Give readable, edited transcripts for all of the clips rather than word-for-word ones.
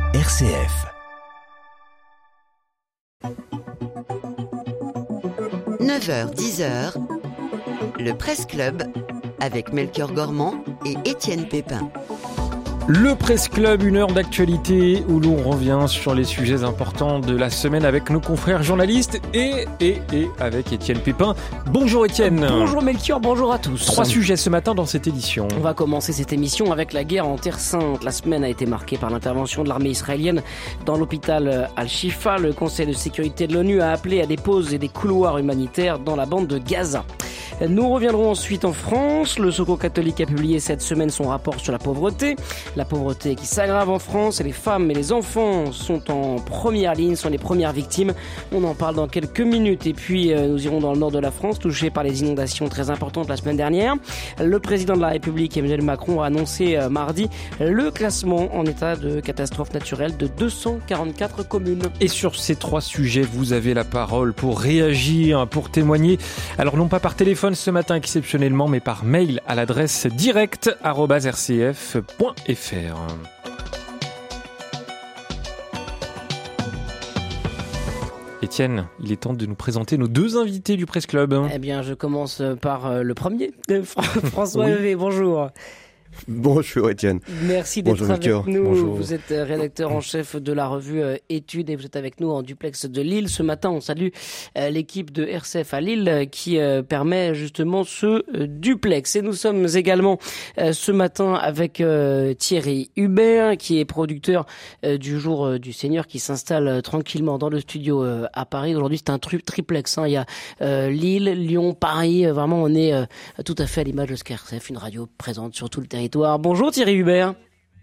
RCF. 9h-10h, le Presse Club avec Melchior Gormand et Étienne Pépin. Le Presse Club, une heure d'actualité où l'on revient sur les sujets importants de la semaine avec nos confrères journalistes et avec Étienne Pépin. Bonjour Étienne. Bonjour Melchior, bonjour à tous. 3 sujets ce matin dans cette édition. On va commencer cette émission avec la guerre en Terre Sainte. La semaine a été marquée par l'intervention de l'armée israélienne dans l'hôpital Al-Shifa. Le Conseil de sécurité de l'ONU a appelé à des pauses et des couloirs humanitaires dans la bande de Gaza. Nous reviendrons ensuite en France. Le Secours catholique a publié cette semaine son rapport sur la pauvreté. La pauvreté qui s'aggrave en France et les femmes et les enfants sont en première ligne, sont les premières victimes. On en parle dans quelques minutes. Et puis nous irons dans le nord de la France, touché par les inondations très importantes la semaine dernière. Le président de la République, Emmanuel Macron, a annoncé mardi le classement en état de catastrophe naturelle de 244 communes. Et sur ces 3 sujets, vous avez la parole pour réagir, pour témoigner. Alors non pas par téléphone ce matin exceptionnellement, mais par mail à l'adresse direct@rcf.fr. Étienne, il est temps de nous présenter nos 2 invités du Presse Club. Eh bien, je commence par le premier, François Levé. Bonjour. Bonjour Étienne. Merci d'être avec nous. Bonjour. Vous êtes rédacteur en chef de la revue Études et vous êtes avec nous en duplex de Lille. Ce matin, on salue l'équipe de RCF à Lille qui permet justement ce duplex. Et nous sommes également ce matin avec Thierry Hubert qui est producteur du Jour du Seigneur qui s'installe tranquillement dans le studio à Paris. Aujourd'hui, c'est un triplex. Il y a Lille, Lyon, Paris. Vraiment, on est tout à fait à l'image de ce qu'RCF, une radio présente sur tout le territoire. Bonjour Thierry Hubert.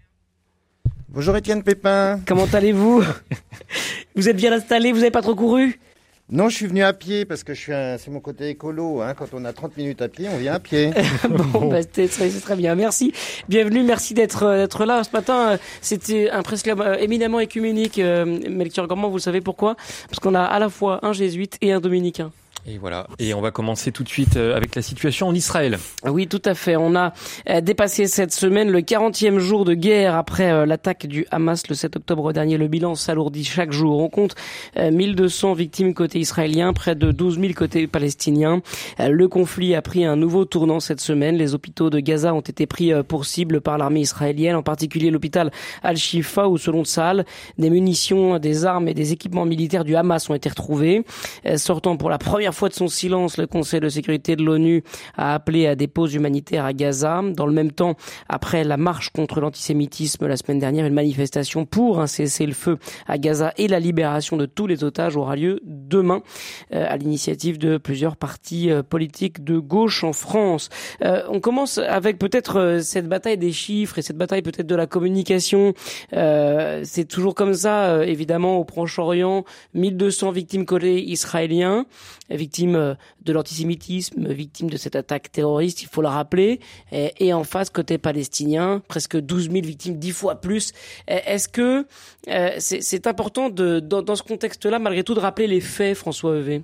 Bonjour Étienne Pépin. Comment allez-vous? Vous êtes bien installé, vous n'avez pas trop couru? Non, je suis venu à pied parce que c'est mon côté écolo. Quand on a 30 minutes à pied, on vient à pied. C'est très bien. Merci. Bienvenue, merci d'être là ce matin. C'était un Presse Club éminemment écuménique. Melchior Gormand, vous savez pourquoi? Parce qu'on a à la fois un jésuite et un dominicain. Et voilà. Et on va commencer tout de suite avec la situation en Israël. Oui, tout à fait. On a dépassé cette semaine le 40e jour de guerre après l'attaque du Hamas le 7 octobre dernier. Le bilan s'alourdit chaque jour. On compte 1200 victimes côté israélien, près de 12 000 côté palestinien. Le conflit a pris un nouveau tournant cette semaine. Les hôpitaux de Gaza ont été pris pour cible par l'armée israélienne, en particulier l'hôpital Al-Shifa où, selon Tsahal, des munitions, des armes et des équipements militaires du Hamas ont été retrouvés. Sortant pour la première fois de son silence, le Conseil de sécurité de l'ONU a appelé à des pauses humanitaires à Gaza. Dans le même temps, après la marche contre l'antisémitisme la semaine dernière, une manifestation pour un cessez-le-feu à Gaza et la libération de tous les otages aura lieu demain, à l'initiative de plusieurs partis politiques de gauche en France. On commence avec peut-être cette bataille des chiffres et cette bataille peut-être de la communication. C'est toujours comme ça, évidemment, au Proche-Orient, 1200 victimes côté israélien, victimes de l'antisémitisme, victimes de cette attaque terroriste, il faut le rappeler, et en face, côté palestinien, presque 12 000 victimes, 10 fois plus. Est-ce que c'est important dans ce contexte-là, malgré tout, de rappeler les faits, François Heuvet?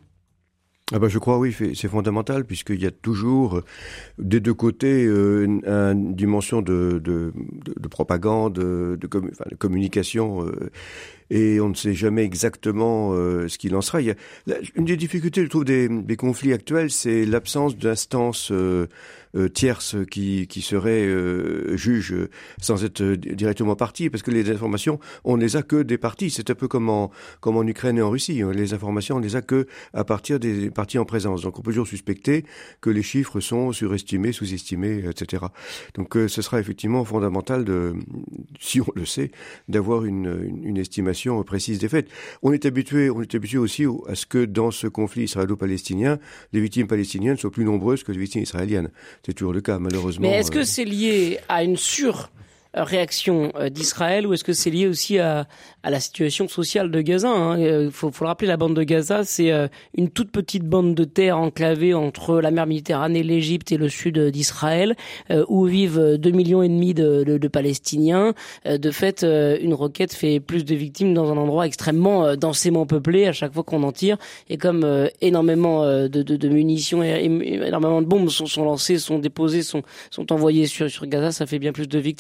Je crois, oui, c'est fondamental, puisqu'il y a toujours, des 2 côtés, une dimension de propagande, de communication, et on ne sait jamais exactement ce qu'il en sera. Une des difficultés, je trouve, des conflits actuels, c'est l'absence d'instances tierces qui seraient juges sans être directement parties, parce que les informations, on les a que des parties. C'est un peu comme en Ukraine et en Russie. Les informations, on les a que à partir des parties en présence. Donc on peut toujours suspecter que les chiffres sont surestimés, sous-estimés, etc. Donc ce sera effectivement fondamental si on le sait, d'avoir une estimation précise des faits. On est habitué aussi à ce que dans ce conflit israélo-palestinien, les victimes palestiniennes soient plus nombreuses que les victimes israéliennes. C'est toujours le cas, malheureusement. Mais est-ce que c'est lié à une réaction d'Israël ou est-ce que c'est lié aussi à la situation sociale de Gaza? Il faut le rappeler, la bande de Gaza, c'est une toute petite bande de terre enclavée entre la mer Méditerranée, l'Égypte et le sud d'Israël, où vivent 2,5 millions de Palestiniens. De fait, une roquette fait plus de victimes dans un endroit extrêmement densément peuplé à chaque fois qu'on en tire. Et comme énormément de munitions et énormément de bombes sont lancées, sont déposées, sont envoyées sur Gaza, ça fait bien plus de victimes.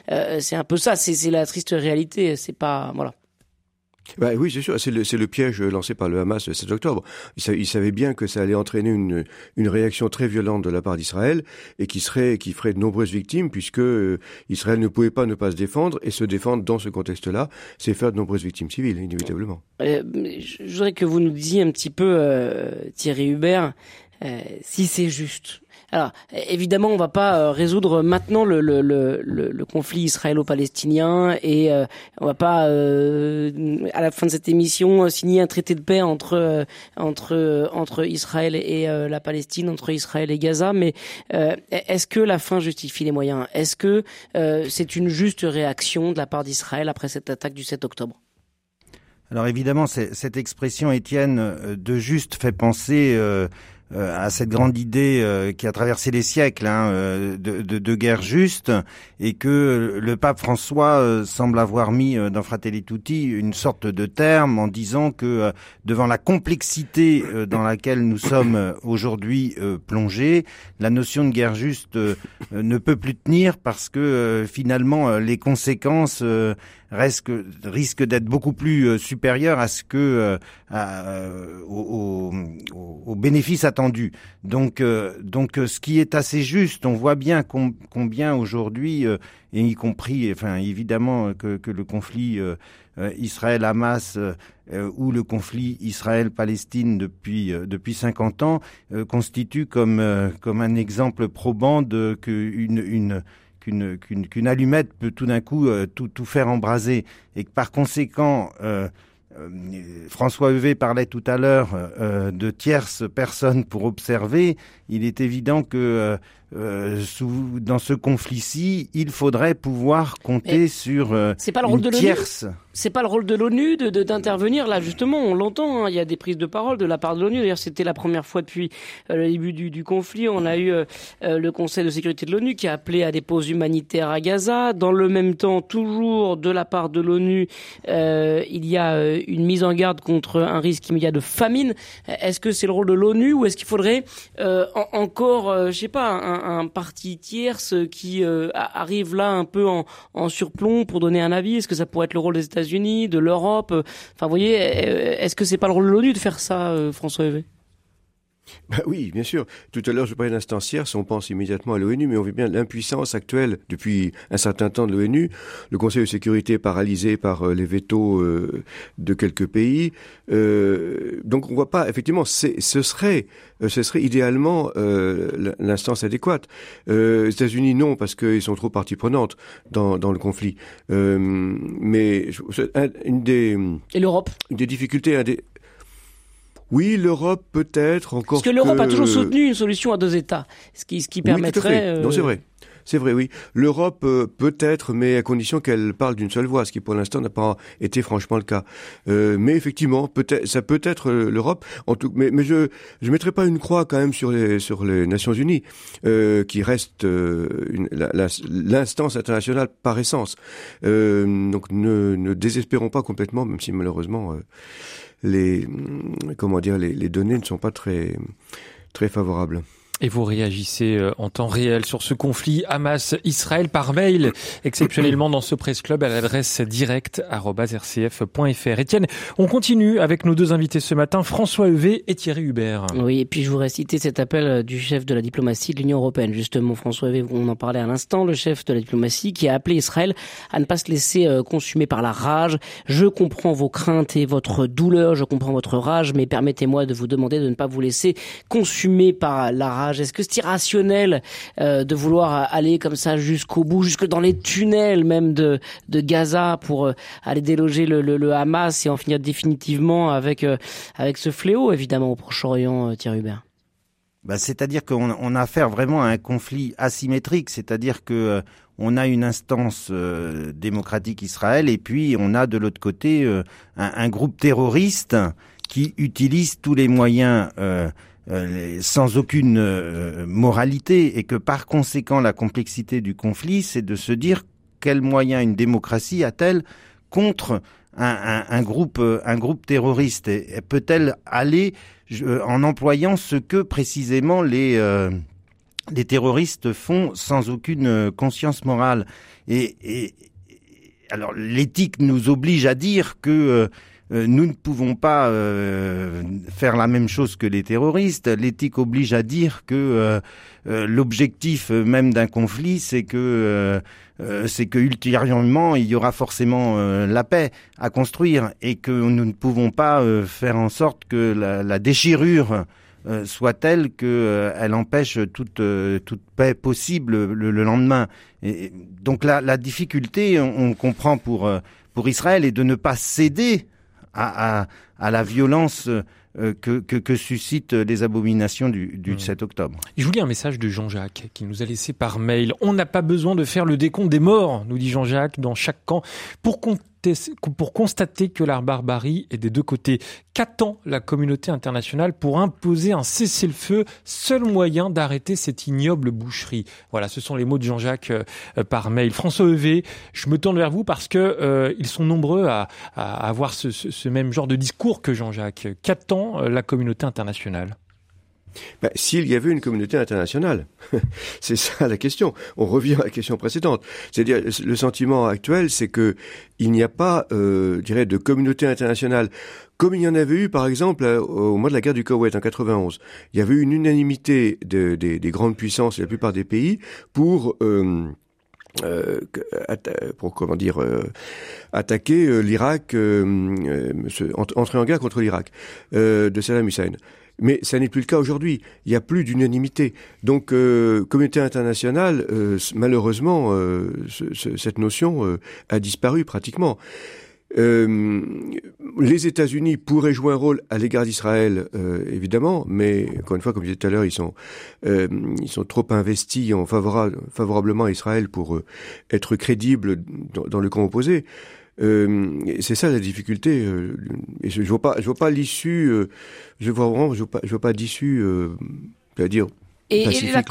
c'est un peu ça. C'est la triste réalité. C'est pas voilà. Bah oui, c'est sûr, c'est le piège lancé par le Hamas le 7 octobre. Il savait bien que ça allait entraîner une réaction très violente de la part d'Israël et qui ferait de nombreuses victimes puisque Israël ne pouvait pas ne pas se défendre et se défendre dans ce contexte-là, c'est faire de nombreuses victimes civiles, inévitablement. Je voudrais que vous nous disiez un petit peu, Thierry Hubert, si c'est juste. Alors, évidemment, on va pas résoudre maintenant le conflit israélo-palestinien et on va pas, à la fin de cette émission, signer un traité de paix entre Israël et la Palestine, entre Israël et Gaza. Mais est-ce que la fin justifie les moyens ? Est-ce que c'est une juste réaction de la part d'Israël après cette attaque du 7 octobre ? Alors évidemment, cette expression, Étienne, de juste fait penser à cette grande idée qui a traversé les siècles de guerre juste, et que le pape François semble avoir mis dans Fratelli Tutti une sorte de terme en disant que devant la complexité dans laquelle nous sommes aujourd'hui plongés, la notion de guerre juste ne peut plus tenir parce que finalement les conséquences risque d'être beaucoup plus supérieur à ce que aux bénéfices attendus. Donc ce qui est assez juste, on voit bien combien aujourd'hui, et y compris, enfin évidemment que le conflit Israël-Hamas ou le conflit Israël-Palestine depuis 50 ans constitue comme un exemple probant qu'une allumette peut tout d'un coup tout faire embraser, et que par conséquent François Heuvet parlait tout à l'heure de tierces personnes pour observer. Il est évident que dans ce conflit-ci, il faudrait pouvoir compter sur une tierce. C'est pas le rôle de l'ONU d'intervenir là, justement, on l'entend, hein, il y a des prises de parole de la part de l'ONU. D'ailleurs, c'était la première fois depuis le début du conflit. On a eu le Conseil de sécurité de l'ONU qui a appelé à des pauses humanitaires à Gaza. Dans le même temps, toujours de la part de l'ONU, il y a une mise en garde contre un risque immédiat de famine. Est-ce que c'est le rôle de l'ONU ou est-ce qu'il faudrait encore, je sais pas, un parti tierce qui arrive là un peu en surplomb pour donner un avis? Est-ce que ça pourrait être le rôle des États-Unis, de l'Europe? Enfin, vous voyez, est-ce que c'est pas le rôle de l'ONU de faire ça, François Heuvet? Bah oui, bien sûr. Tout à l'heure, je parlais d'instance tierce, on pense immédiatement à l'ONU, mais on voit bien l'impuissance actuelle depuis un certain temps de l'ONU. Le Conseil de sécurité est paralysé par les vétos de quelques pays. Donc on voit pas, effectivement, ce serait idéalement l'instance adéquate. Les États-Unis, non, parce qu'ils sont trop partie prenante dans le conflit. Mais et l'Europe? Une des difficultés, oui, l'Europe peut-être encore. Parce que l'Europe a toujours soutenu une solution à deux États, ce qui permettrait. Oui, non, c'est vrai, oui. L'Europe peut-être, mais à condition qu'elle parle d'une seule voix, ce qui pour l'instant n'a pas été franchement le cas. Mais effectivement, ça peut être l'Europe. Mais je mettrai pas une croix quand même sur les Nations Unies, qui reste l'instance internationale par essence. Donc ne désespérons pas complètement, même si malheureusement. Les données ne sont pas très favorables. Et vous réagissez en temps réel sur ce conflit Hamas-Israël par mail, exceptionnellement dans ce Presse Club à l'adresse direct@rcf.fr. Étienne, on continue avec nos deux invités ce matin, François Heuvet et Thierry Hubert. Oui, et puis je voudrais citer cet appel du chef de la diplomatie de l'Union européenne. Justement, François Heuvet, on en parlait à l'instant, le chef de la diplomatie qui a appelé Israël à ne pas se laisser consumer par la rage. Je comprends vos craintes et votre douleur, je comprends votre rage, mais permettez-moi de vous demander de ne pas vous laisser consumer par la rage. Est-ce que c'est irrationnel de vouloir aller comme ça jusqu'au bout, jusque dans les tunnels même de Gaza pour aller déloger le Hamas et en finir définitivement avec ce fléau, évidemment, au Proche-Orient, Thierry Hubert? C'est-à-dire qu'on a affaire vraiment à un conflit asymétrique, c'est-à-dire que on a une instance démocratique Israël et puis on a de l'autre côté un groupe terroriste qui utilise tous les moyens sans aucune moralité, et que par conséquent la complexité du conflit, c'est de se dire quels moyens une démocratie a-t-elle contre un groupe terroriste, et peut-elle aller en employant ce que précisément les des terroristes font sans aucune conscience morale. Et alors l'éthique nous oblige à dire que nous ne pouvons pas faire la même chose que les terroristes. L'éthique oblige à dire que l'objectif même d'un conflit, c'est que ultérieurement il y aura forcément la paix à construire, et que nous ne pouvons pas faire en sorte que la déchirure soit telle qu'elle empêche toute paix possible le lendemain. Et donc la difficulté, on comprend pour Israël, est de ne pas céder à la violence que suscitent les abominations du 7 octobre. Je vous lis un message de Jean-Jacques qui nous a laissé par mail. On n'a pas besoin de faire le décompte des morts, nous dit Jean-Jacques, dans chaque camp, pour constater que la barbarie est des deux côtés. Qu'attend la communauté internationale pour imposer un cessez-le-feu, seul moyen d'arrêter cette ignoble boucherie? Voilà, ce sont les mots de Jean-Jacques par mail. François Heuvet, je me tourne vers vous parce que ils sont nombreux à avoir ce même genre de discours que Jean-Jacques. Qu'attend la communauté internationale? S'il y avait une communauté internationale, c'est ça la question. On revient à la question précédente. C'est-à-dire, le sentiment actuel, c'est que il n'y a pas, de communauté internationale comme il y en avait eu, par exemple, au mois de la guerre du Koweït en 91. Il y avait eu une unanimité des grandes puissances et la plupart des pays pour attaquer l'Irak, entrer en guerre contre l'Irak de Saddam Hussein. Mais ça n'est plus le cas aujourd'hui. Il n'y a plus d'unanimité. Donc, communauté internationale, malheureusement, cette notion a disparu pratiquement. Les États-Unis pourraient jouer un rôle à l'égard d'Israël, évidemment, mais encore une fois, comme je disais tout à l'heure, ils sont trop investis favorablement à Israël pour être crédibles dans le camp opposé. C'est ça la difficulté. Et je vois pas l'issue. Je vois pas d'issue. C'est-à-dire. Et la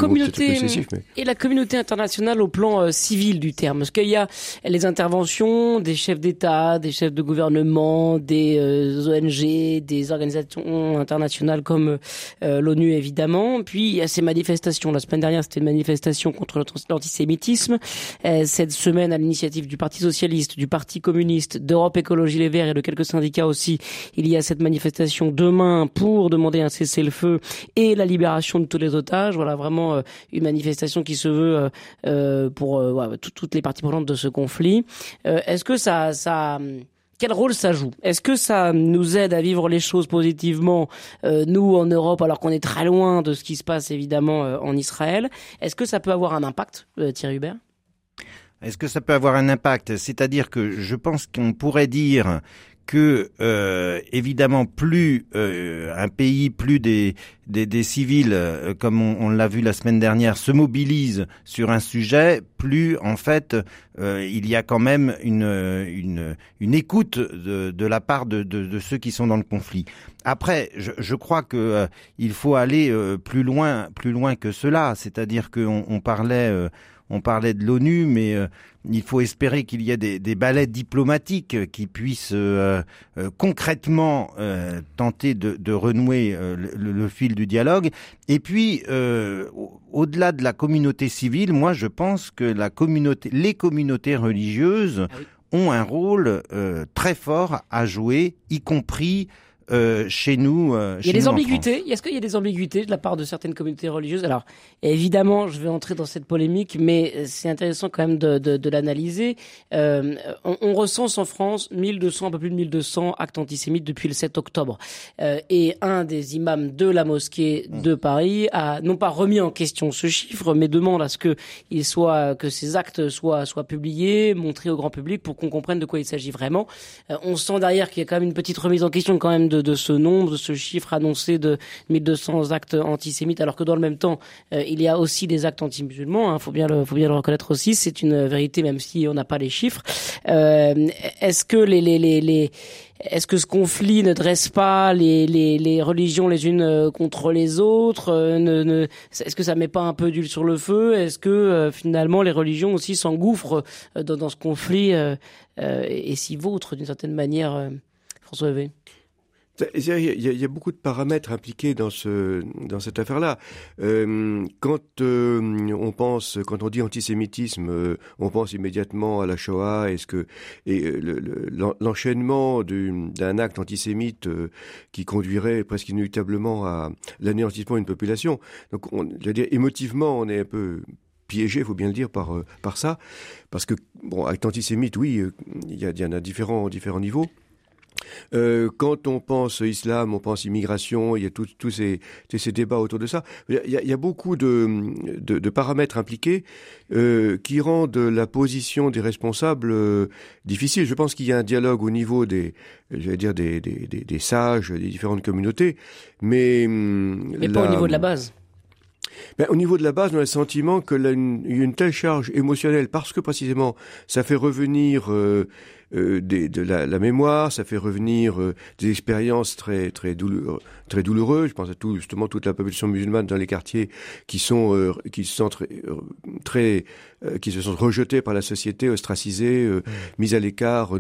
communauté internationale au plan civil du terme. Parce qu'il y a les interventions des chefs d'État, des chefs de gouvernement, des ONG, des organisations internationales comme l'ONU évidemment. Puis il y a ces manifestations. La semaine dernière, c'était une manifestation contre l'antisémitisme. Cette semaine, à l'initiative du Parti socialiste, du Parti communiste, d'Europe Écologie Les Verts et de quelques syndicats aussi, il y a cette manifestation demain pour demander un cessez-le-feu et la libération de tous les otages. Voilà, vraiment une manifestation qui se veut pour toutes les parties prenantes de ce conflit. Est-ce que ça quel rôle ça joue? Est-ce que ça nous aide à vivre les choses positivement, nous en Europe, alors qu'on est très loin de ce qui se passe évidemment en Israël? Est-ce que ça peut avoir un impact, Thierry Hubert? Est-ce que ça peut avoir un impact? C'est-à-dire que je pense qu'on pourrait dire que évidemment plus un pays, plus des civils, comme on l'a vu la semaine dernière, se mobilisent sur un sujet, plus en fait il y a quand même une écoute de la part de ceux qui sont dans le conflit. Après, je crois que il faut aller plus loin que cela. C'est-à-dire qu'on parlait de l'ONU, mais il faut espérer qu'il y ait des balais diplomatiques qui puissent concrètement tenter de renouer le fil du dialogue. Et puis, au-delà de la communauté civile, moi je pense que les communautés religieuses ont un rôle très fort à jouer, y compris chez nous. Il y a des ambiguïtés. Est-ce qu'il y a des ambiguïtés de la part de certaines communautés religieuses? Alors, évidemment, je vais entrer dans cette polémique, mais c'est intéressant quand même de l'analyser. On recense en France un peu plus de 1200 actes antisémites depuis le 7 octobre. Et un des imams de la mosquée de Paris a non pas remis en question ce chiffre, mais demande à ce que ces actes soient publiés, montrés au grand public pour qu'on comprenne de quoi il s'agit vraiment. On sent derrière qu'il y a quand même une petite remise en question quand même de ce nombre, de ce chiffre annoncé de 1200 actes antisémites, alors que dans le même temps, il y a aussi des actes anti-musulmans, faut bien le reconnaître aussi, c'est une vérité même si on n'a pas les chiffres. Est-ce que ce conflit ne dresse pas les religions les unes contre les autres? Est-ce que ça met pas un peu d'huile sur le feu? Est-ce que finalement les religions aussi s'engouffrent dans ce conflit et s'y vautrent d'une certaine manière, François Heuvet? Il y a beaucoup de paramètres impliqués dans cette affaire-là. Quand on dit antisémitisme, on pense immédiatement à la Shoah et l'enchaînement d'un acte antisémite qui conduirait presque inéluctablement à l'anéantissement d'une population. Donc, je veux dire, émotivement, on est un peu piégé, il faut bien le dire, par ça, parce que acte antisémite, oui, il y en a différents niveaux. Quand on pense islam, on pense immigration, il y a tous ces débats autour de ça. Il y a beaucoup de paramètres impliqués qui rendent la position des responsables difficile. Je pense qu'il y a un dialogue au niveau des sages, des différentes communautés, mais pas au niveau de la base. Au niveau de la base, on a le sentiment qu'il y a une telle charge émotionnelle parce que précisément ça fait revenir de la mémoire, ça fait revenir des expériences très douloureuses. Je pense à toute la population musulmane dans les quartiers qui se sentent rejetés par la société, ostracisés, mis à l'écart,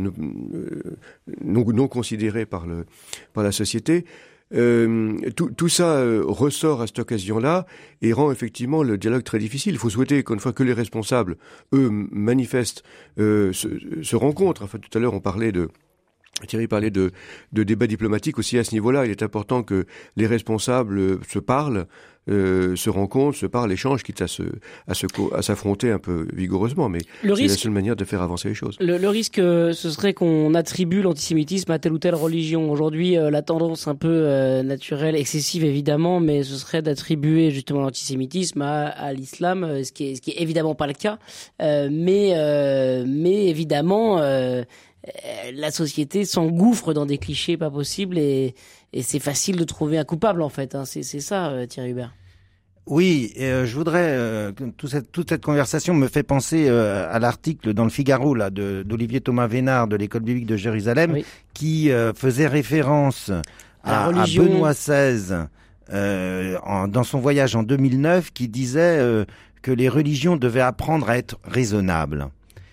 non considérés par la société. Tout ça ressort à cette occasion-là et rend effectivement le dialogue très difficile. Il faut souhaiter qu'une fois que les responsables, eux, manifestent, se rencontrent. Enfin, tout à l'heure, Thierry parlait de débats diplomatiques aussi à ce niveau-là. Il est important que les responsables se parlent, se rencontrent, se parlent, échangent, quitte à s'affronter un peu vigoureusement. Mais c'est la seule manière de faire avancer les choses. Le risque, ce serait qu'on attribue l'antisémitisme à telle ou telle religion. Aujourd'hui, la tendance un peu naturelle, excessive évidemment, mais ce serait d'attribuer justement l'antisémitisme à l'islam, ce qui est évidemment pas le cas. Mais évidemment... la société s'engouffre dans des clichés pas possibles et c'est facile de trouver un coupable en fait. C'est ça, Thierry Hubert. Oui, je voudrais toute cette conversation me fait penser à l'article dans le Figaro là d'Olivier Thomas Vénard de l'école biblique de Jérusalem, oui, qui faisait référence à Benoît XVI dans son voyage en 2009, qui disait que les religions devaient apprendre à être raisonnables.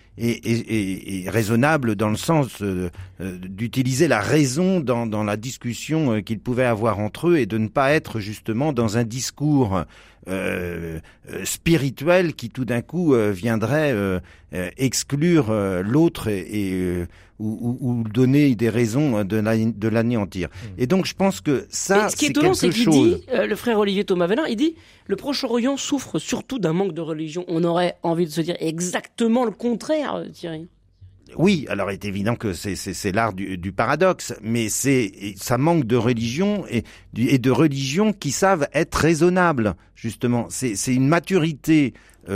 Et raisonnable dans le sens d'utiliser la raison dans la discussion qu'ils pouvaient avoir entre eux et de ne pas être justement dans un discours spirituel qui tout d'un coup viendrait exclure l'autre ou donner des raisons de l'anéantir. Et donc je pense que ça, ce qui est étonnant, c'est qu'il dit, le frère Olivier Thomas Vénard, il dit le Proche-Orient souffre surtout d'un manque de religion. On aurait envie de se dire exactement le contraire, Thierry. Oui, alors il est évident que c'est l'art du paradoxe, mais ça manque de religion et de religions qui savent être raisonnables, justement. C'est une maturité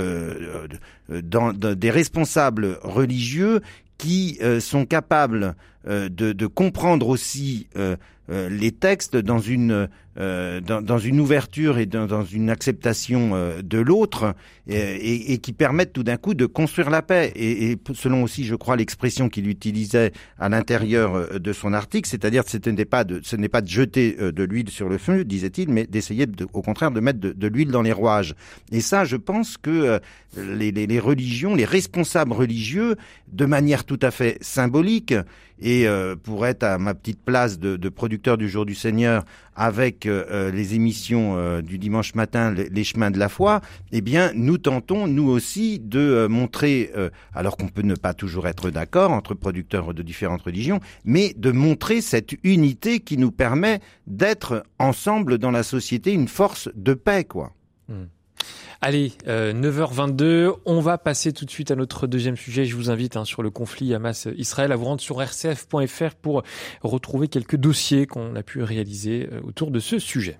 des responsables religieux qui sont capables de comprendre aussi les textes dans une ouverture et dans une acceptation de l'autre et qui permettent tout d'un coup de construire la paix. Et selon aussi, je crois, l'expression qu'il utilisait à l'intérieur de son article, c'est-à-dire ce n'est pas de jeter de l'huile sur le feu, disait-il, mais d'essayer au contraire de mettre de l'huile dans les rouages. Et ça, je pense que les religions, les responsables religieux, de manière tout à fait symbolique, et pour être à ma petite place de producteur du Jour du Seigneur avec les émissions du dimanche matin, les chemins de la foi, eh bien, nous tentons, nous aussi, de montrer, alors qu'on peut ne pas toujours être d'accord entre producteurs de différentes religions, mais de montrer cette unité qui nous permet d'être ensemble dans la société, une force de paix, quoi. Allez, 9h22, on va passer tout de suite à notre deuxième sujet. Je vous invite sur le conflit Hamas-Israël à vous rendre sur rcf.fr pour retrouver quelques dossiers qu'on a pu réaliser autour de ce sujet.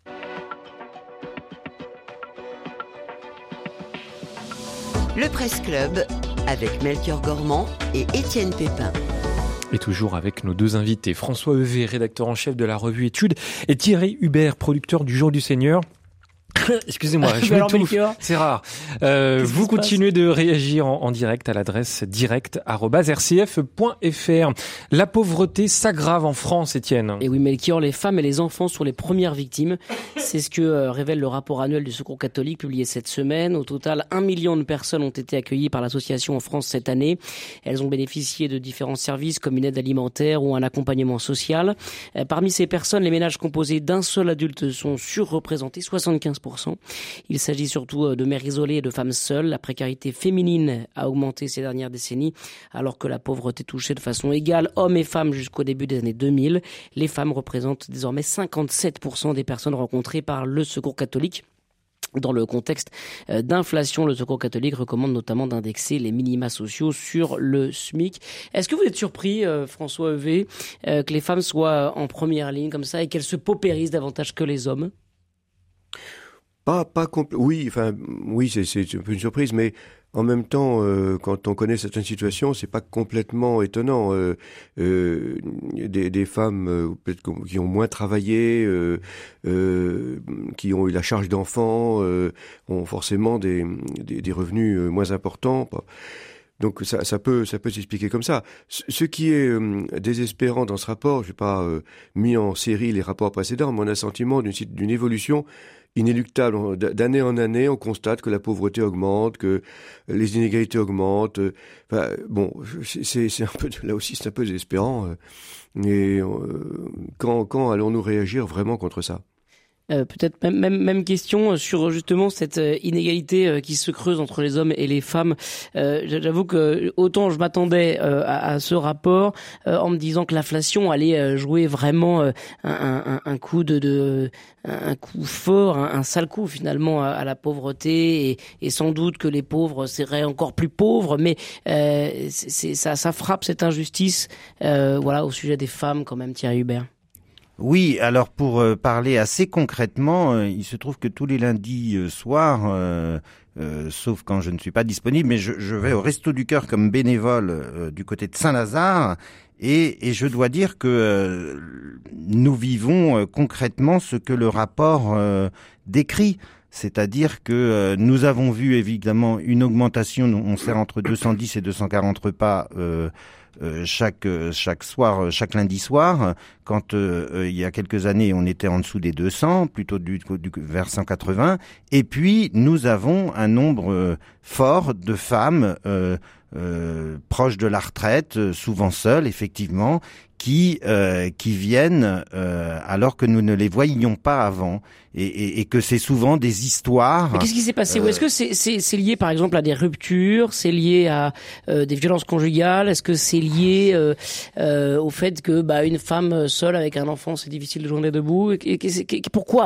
Le Presse Club avec Melchior Gormand et Étienne Pépin. Et toujours avec nos deux invités, François Heuvet, rédacteur en chef de la revue Études, et Thierry Hubert, producteur du Jour du Seigneur. Excusez-moi, je m'étouffe. C'est rare. Vous continuez de réagir en direct à l'adresse direct@rcf.fr. La pauvreté s'aggrave en France, Étienne. Et oui, Melchior, les femmes et les enfants sont les premières victimes. C'est ce que révèle le rapport annuel du Secours catholique publié cette semaine. Au total, 1 million de personnes ont été accueillies par l'association en France cette année. Elles ont bénéficié de différents services comme une aide alimentaire ou un accompagnement social. Parmi ces personnes, les ménages composés d'un seul adulte sont surreprésentés, 75%. Il s'agit surtout de mères isolées et de femmes seules. La précarité féminine a augmenté ces dernières décennies, alors que la pauvreté touchait de façon égale hommes et femmes jusqu'au début des années 2000. Les femmes représentent désormais 57% des personnes rencontrées par le Secours catholique. Dans le contexte d'inflation, le Secours catholique recommande notamment d'indexer les minima sociaux sur le SMIC. Est-ce que vous êtes surpris, François Heuvet, que les femmes soient en première ligne comme ça et qu'elles se paupérisent davantage que les hommes ? Oui, c'est un peu une surprise, mais en même temps, quand on connaît certaines situations, c'est pas complètement étonnant. Des femmes peut-être qui ont moins travaillé, qui ont eu la charge d'enfants, ont forcément des revenus moins importants. Donc ça peut s'expliquer comme ça. Ce qui est désespérant dans ce rapport, j'ai pas mis en série les rapports précédents, mais on a le sentiment d'une évolution inéluctable. D'année en année, on constate que la pauvreté augmente, que les inégalités augmentent. C'est un peu, là aussi, c'est un peu désespérant. Mais quand allons-nous réagir vraiment contre ça ? Peut-être même question sur justement cette inégalité qui se creuse entre les hommes et les femmes. J'avoue que autant je m'attendais à ce rapport en me disant que l'inflation allait jouer vraiment un coup un coup fort, un sale coup finalement à la pauvreté et sans doute que les pauvres seraient encore plus pauvres, mais ça frappe cette injustice au sujet des femmes quand même, Thierry Hubert. Oui, alors pour parler assez concrètement, il se trouve que tous les lundis soirs, sauf quand je ne suis pas disponible, mais je vais au Resto du Cœur comme bénévole du côté de Saint-Lazare, et je dois dire que nous vivons concrètement ce que le rapport décrit. C'est-à-dire que nous avons vu évidemment une augmentation, on sert entre 210 et 240 repas chaque lundi soir. Quand il y a quelques années, on était en dessous des 200, plutôt vers 180. Et puis nous avons un nombre fort de femmes proches de la retraite, souvent seules, effectivement, qui viennent alors que nous ne les voyions pas avant, et que c'est souvent des histoires. Mais qu'est-ce qui s'est passé? Est-ce que c'est lié par exemple à des ruptures? C'est lié à des violences conjugales? Est-ce que c'est lié au fait que une femme seule avec un enfant, c'est difficile de joindre debout? Pourquoi?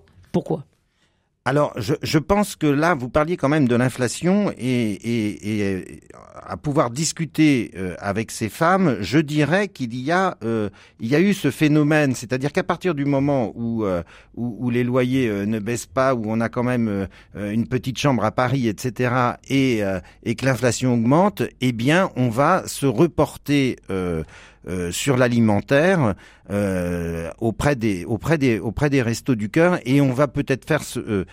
Alors, je pense que là, vous parliez quand même de l'inflation et à pouvoir discuter avec ces femmes, je dirais qu'il y a eu ce phénomène, c'est-à-dire qu'à partir du moment où les loyers ne baissent pas, où on a quand même une petite chambre à Paris, etc., et que l'inflation augmente, eh bien, on va se reporter sur l'alimentaire auprès des Restos du Cœur, et on va peut-être faire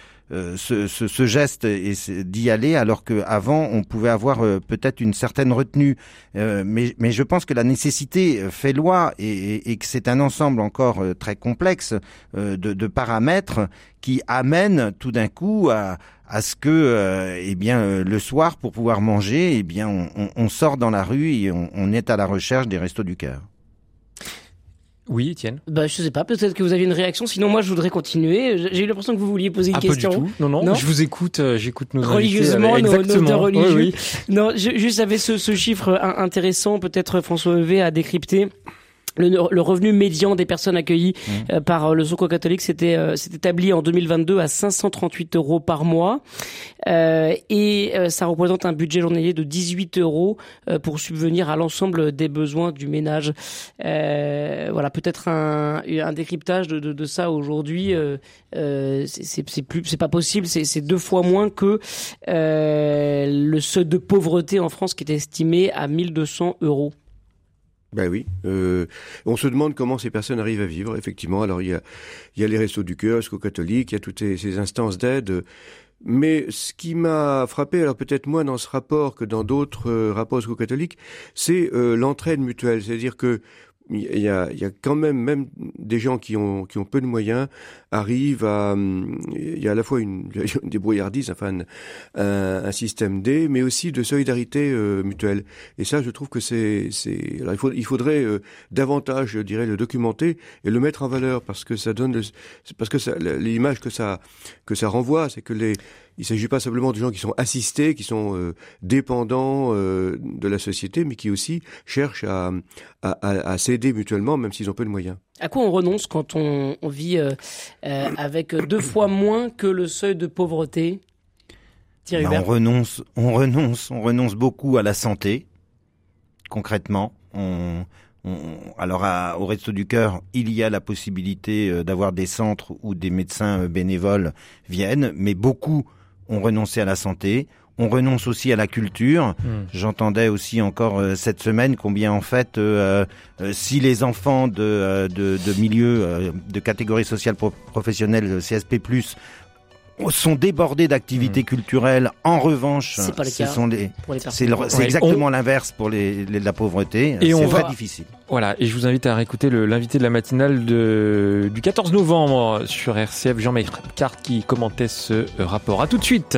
ce geste et d'y aller, alors qu'avant on pouvait avoir peut-être une certaine retenue, mais je pense que la nécessité fait loi, et que c'est un ensemble encore très complexe de paramètres qui amènent tout d'un coup à ce que le soir, pour pouvoir manger, on sort dans la rue et on est à la recherche des Restos du Cœur. Oui, Étienne. Je sais pas, peut-être que vous avez une réaction, sinon moi je voudrais continuer. J'ai eu l'impression que vous vouliez poser une question. Pas du tout. Non, je vous écoute, j'écoute nos religieusement, invités. Nos religieux. Oui. Non, juste avec ce chiffre intéressant, peut-être François Heuvet a décrypté. Le revenu médian des personnes accueillies par le Secours catholique s'est établi en 2022 à 538 € par mois, et ça représente un budget journalier de 18 € pour subvenir à l'ensemble des besoins du ménage. Peut-être un décryptage de ça aujourd'hui. C'est pas possible. C'est 2 fois moins que le seuil de pauvreté en France, qui est estimé à 1 200 €. Ben oui. On se demande comment ces personnes arrivent à vivre, effectivement. Alors, il y a les Restos du Cœur, Secours catholique, il y a toutes ces instances d'aide. Mais ce qui m'a frappé, alors peut-être moins dans ce rapport que dans d'autres rapports au Secours catholique, c'est l'entraide mutuelle. C'est-à-dire que il y a quand même des gens qui ont peu de moyens arrivent à il y a à la fois une débrouillardise, enfin un système D, mais aussi de solidarité mutuelle. Et ça, je trouve que alors il faudrait davantage, je dirais, le documenter et le mettre en valeur, parce que ça donne l'image que ça renvoie, c'est que il ne s'agit pas simplement de gens qui sont assistés, qui sont dépendants de la société, mais qui aussi cherchent à s'aider mutuellement, même s'ils ont peu de moyens. À quoi on renonce quand on vit avec 2 fois moins que le seuil de pauvreté, Thierry Hubert? On renonce beaucoup à la santé, concrètement. Alors au Resto du Cœur, il y a la possibilité d'avoir des centres où des médecins bénévoles viennent, mais beaucoup ont renoncé à la santé. On renonce aussi à la culture. J'entendais aussi encore cette semaine combien en fait, si les enfants de milieux de catégorie sociale professionnelle CSP+, sont débordés d'activités culturelles. En revanche, c'est pas le cas c'est exactement l'inverse pour la pauvreté. Et c'est très difficile. Voilà, et je vous invite à réécouter l'invité de la matinale du 14 novembre sur RCF, Jean Mécart, qui commentait ce rapport. À tout de suite.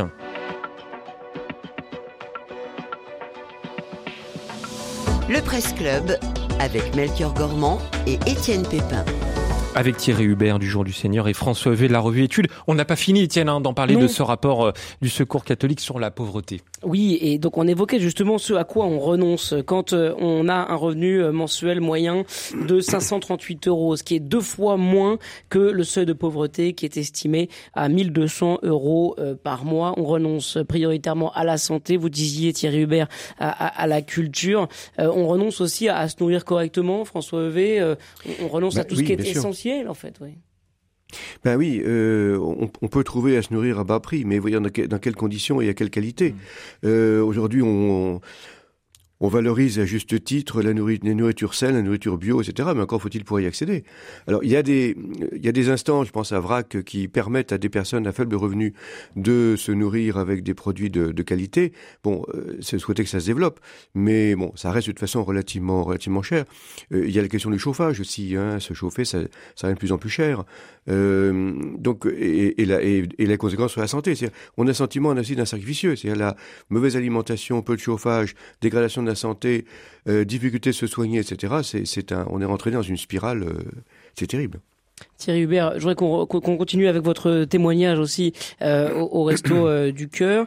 Le Presse Club avec Melchior Gormand et Étienne Pépin. Avec Thierry Hubert du Jour du Seigneur et François Heuvet de la revue Études. On n'a pas fini, Étienne, d'en parler de ce rapport du Secours catholique sur la pauvreté. Oui, et donc on évoquait justement ce à quoi on renonce quand on a un revenu mensuel moyen de 538 €, ce qui est 2 fois moins que le seuil de pauvreté qui est estimé à 1 200 € par mois. On renonce prioritairement à la santé, vous disiez Thierry Hubert, à la culture. On renonce aussi à se nourrir correctement, François Heuvet. On renonce à tout ce qui est essentiel, en fait, oui. Ben oui, on peut trouver à se nourrir à bas prix, mais voyons dans quelles conditions et à quelle qualité. Aujourd'hui, on valorise à juste titre les nourritures saines, la nourriture bio, etc. Mais encore faut-il pouvoir y accéder. Alors, il y a des instances, je pense à VRAC, qui permettent à des personnes à faible revenu de se nourrir avec des produits de qualité. Bon, c'est souhaiter que ça se développe, mais bon, ça reste de toute façon relativement cher. Il y a la question du chauffage aussi, hein. Se chauffer, ça devient de plus en plus cher. Donc, et la conséquence sur la santé. On a le sentiment aussi d'un cercle vicieux. C'est-à-dire la mauvaise alimentation, peu de chauffage, dégradation de la santé, difficulté de se soigner, etc. On est rentré dans une spirale, c'est terrible. Thierry Hubert, je voudrais qu'on continue avec votre témoignage aussi au Resto du Cœur.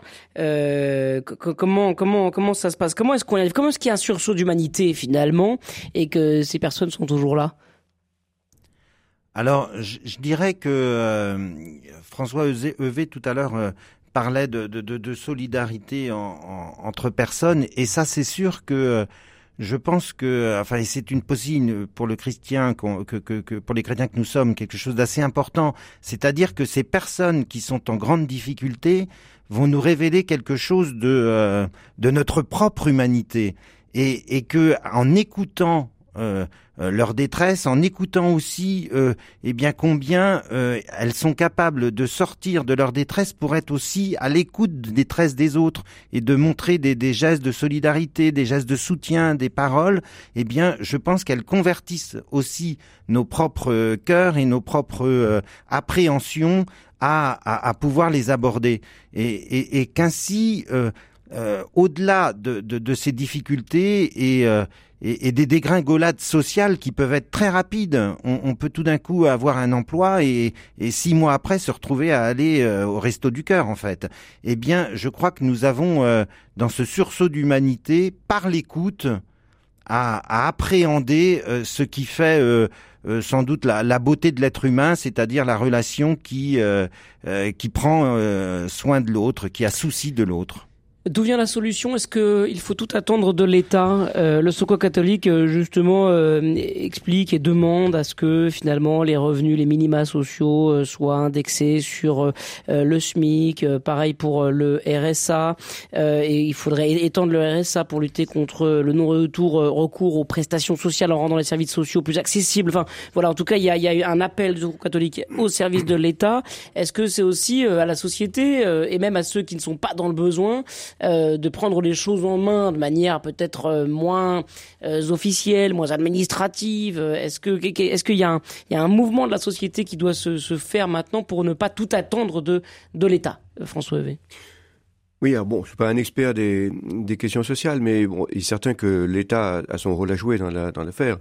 Comment ça se passe? Comment est-ce qu'il y a un sursaut d'humanité finalement et que ces personnes sont toujours là? Alors, je dirais que François Heuvet tout à l'heure parlait de solidarité entre personnes, et ça, c'est sûr que je pense que, enfin, c'est pour le chrétien que pour les chrétiens que nous sommes, quelque chose d'assez important. C'est-à-dire que ces personnes qui sont en grande difficulté vont nous révéler quelque chose de notre propre humanité, et que en écoutant leur détresse, en écoutant aussi combien elles sont capables de sortir de leur détresse pour être aussi à l'écoute de détresse des autres et de montrer des gestes de solidarité, des gestes de soutien, des paroles. Je pense qu'elles convertissent aussi nos propres cœurs et nos propres appréhensions à pouvoir les aborder, et qu'ainsi au-delà de ces difficultés et des dégringolades sociales qui peuvent être très rapides, on peut tout d'un coup avoir un emploi et 6 mois après se retrouver à aller au Resto du Cœur, en fait. Je crois que nous avons dans ce sursaut d'humanité, par l'écoute, à appréhender ce qui fait sans doute la beauté de l'être humain, c'est-à-dire la relation qui prend soin de l'autre, qui a souci de l'autre. D'où vient la solution? Est-ce qu'il faut tout attendre de l'État? Le Secours catholique, justement, explique et demande à ce que, finalement, les revenus, les minima sociaux soient indexés sur le SMIC. Pareil pour le RSA. Et il faudrait étendre le RSA pour lutter contre le non-recours aux prestations sociales en rendant les services sociaux plus accessibles. Enfin, voilà, en tout cas, il y a eu un appel du Secours catholique au service de l'État. Est-ce que c'est aussi à la société et même à ceux qui ne sont pas dans le besoin de prendre les choses en main de manière peut-être moins officielle, moins administrative? Est-ce qu'il y a un mouvement de la société qui doit se faire maintenant pour ne pas tout attendre de l'État, François Hervé? Oui, alors bon, je suis pas un expert des questions sociales, mais bon, il est certain que l'État a son rôle à jouer dans l'affaire.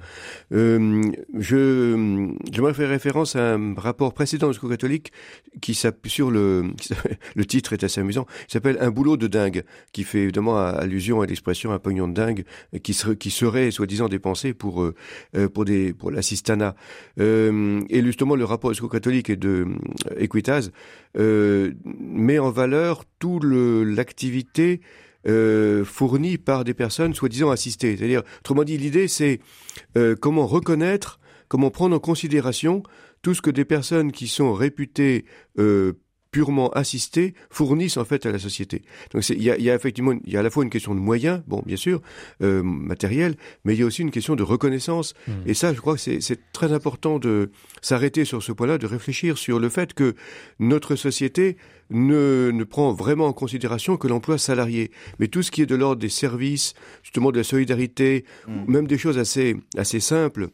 J'aimerais faire référence à un rapport précédent du Secours catholique qui s'appuie sur le titre est assez amusant. Il s'appelle Un boulot de dingue, qui fait évidemment allusion à l'expression un pognon de dingue qui serait soi-disant dépensé pour l'assistanat. Et justement, le rapport du Secours catholique et de Equitas met en valeur tout l'activité fournie par des personnes soi-disant assistées. C'est-à-dire, autrement dit, l'idée c'est comment reconnaître, comment prendre en considération tout ce que des personnes qui sont réputées purement assistées fournissent en fait à la société. Donc il y a effectivement, il y a à la fois une question de moyens, bon bien sûr, matériels, mais il y a aussi une question de reconnaissance. Et ça, je crois que c'est très important de s'arrêter sur ce point-là, de réfléchir sur le fait que notre société ne prend vraiment en considération que l'emploi salarié. Mais tout ce qui est de l'ordre des services, justement de la solidarité, même des choses assez simples,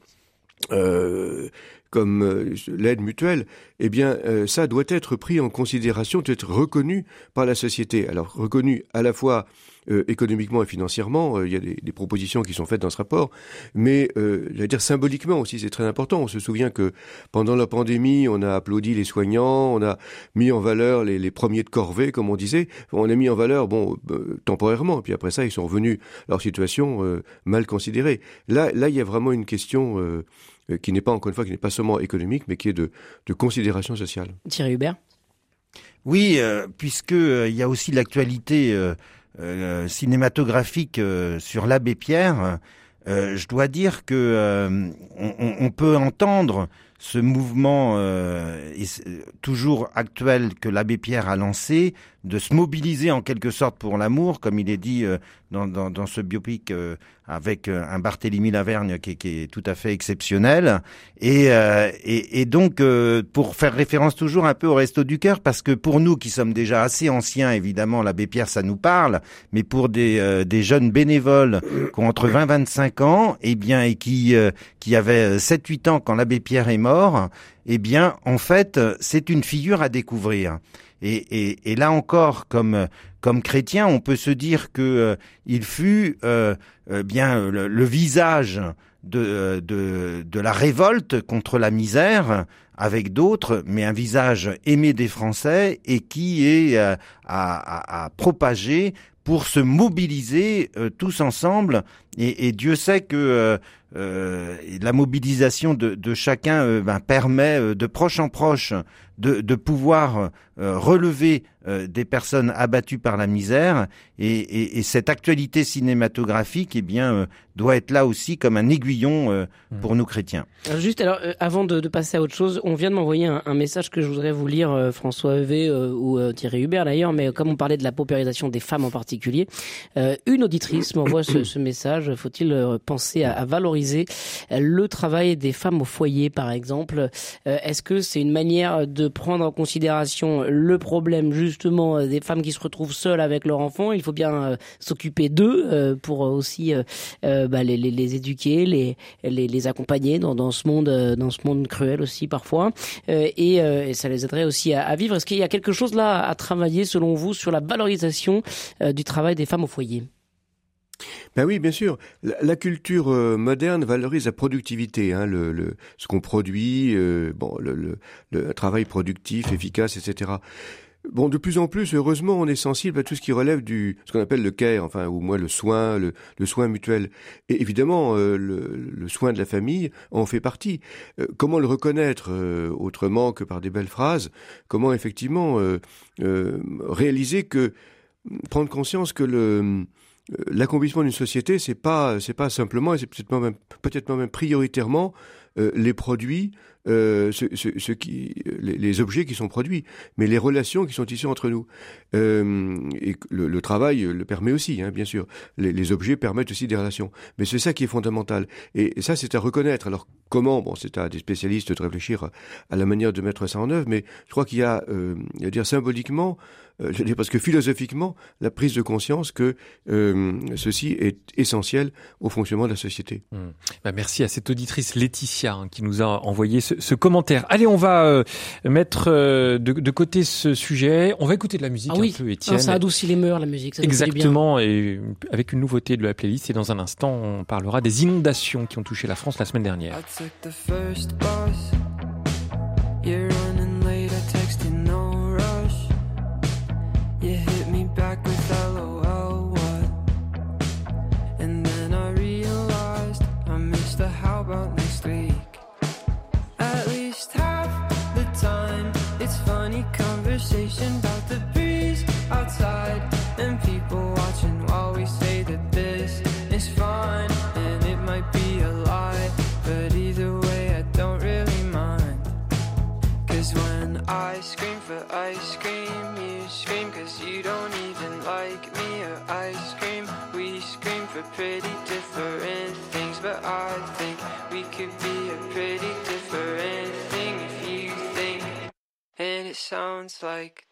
comme l'aide mutuelle, eh bien, ça doit être pris en considération, doit être reconnu par la société. Alors, reconnu à la fois économiquement et financièrement, il y a des propositions qui sont faites dans ce rapport, mais j'allais dire symboliquement aussi, c'est très important. On se souvient que pendant la pandémie, on a applaudi les soignants, on a mis en valeur les premiers de corvée, comme on disait. On a mis en valeur, temporairement, puis après ça, ils sont revenus à leur situation mal considérée. Là, il y a vraiment une question qui n'est pas, encore une fois, qui n'est pas seulement économique, mais qui est de considération sociale. Thierry Hubert? Oui, puisque il y a aussi l'actualité cinématographique sur l'abbé Pierre, je dois dire que on peut entendre ce mouvement toujours actuel que l'abbé Pierre a lancé, de se mobiliser en quelque sorte pour l'amour, comme il est dit dans ce biopic avec un Barthélemy Lavergne qui est tout à fait exceptionnel. Et donc, pour faire référence toujours un peu au Resto du Cœur, parce que pour nous qui sommes déjà assez anciens, évidemment, l'abbé Pierre, ça nous parle, mais pour des jeunes bénévoles qui ont entre 20 et 25 ans, et qui avaient 7-8 ans quand l'abbé Pierre est mort, eh bien, en fait, c'est une figure à découvrir. Et là encore, comme chrétien, on peut se dire que il fut le visage de la révolte contre la misère avec d'autres, mais un visage aimé des Français et qui est à propager pour se mobiliser tous ensemble. Et Dieu sait que la mobilisation de chacun permet de proche en proche de pouvoir relever des personnes abattues par la misère, et cette actualité cinématographique doit être là aussi comme un aiguillon pour nous chrétiens. Alors, avant de passer à autre chose, on vient de m'envoyer un message que je voudrais vous lire, François Hervé ou Thierry Hubert d'ailleurs, mais comme on parlait de la paupérisation des femmes en particulier, une auditrice m'envoie ce message. Faut-il penser à valoriser le travail des femmes au foyer, par exemple? Est-ce que c'est une manière de prendre en considération le problème justement des femmes qui se retrouvent seules avec leurs enfants? Il faut bien s'occuper d'eux pour aussi les éduquer, les accompagner dans ce monde cruel aussi parfois, et ça les aiderait aussi à vivre. Est-ce qu'il y a quelque chose là à travailler selon vous sur la valorisation du travail des femmes au foyer? Ben oui, bien sûr. La culture moderne valorise la productivité, ce qu'on produit, le travail productif, efficace, etc. Bon, de plus en plus, heureusement, on est sensible à tout ce qui relève ce qu'on appelle le care, ou moi le soin mutuel. Et évidemment, le soin de la famille en fait partie. Comment le reconnaître autrement que par des belles phrases? Comment effectivement réaliser que prendre conscience que l'accomplissement d'une société, c'est pas simplement, et c'est peut-être même prioritairement les produits, les objets qui sont produits, mais les relations qui sont tissées entre nous. Et le travail le permet aussi, bien sûr. Les objets permettent aussi des relations. Mais c'est ça qui est fondamental. Et ça, c'est à reconnaître. Alors, comment? Bon, c'est à des spécialistes de réfléchir à la manière de mettre ça en œuvre, mais je crois qu'il y a, à dire symboliquement, je veux dire parce que philosophiquement, la prise de conscience que ceci est essentiel au fonctionnement de la société. Merci à cette auditrice Laetitia qui nous a envoyé ce commentaire. Allez, on va mettre de côté ce sujet. On va écouter de la musique un peu, Étienne. Ça adoucit les mœurs, la musique. Ça exactement, et avec une nouveauté de la playlist. Et dans un instant, on parlera des inondations qui ont touché la France la semaine dernière. You hit me back with LOL, what? And then I realized I missed the how about next week. At least half the time it's funny conversation about the breeze outside and people watching while we say that this is fine. And it might be a lie, but either way I don't really mind. 'Cause when I scream for ice cream, you scream 'cause you don't even like me or ice cream. We scream for pretty different things, but I think we could be a pretty different thing if you think. And it sounds like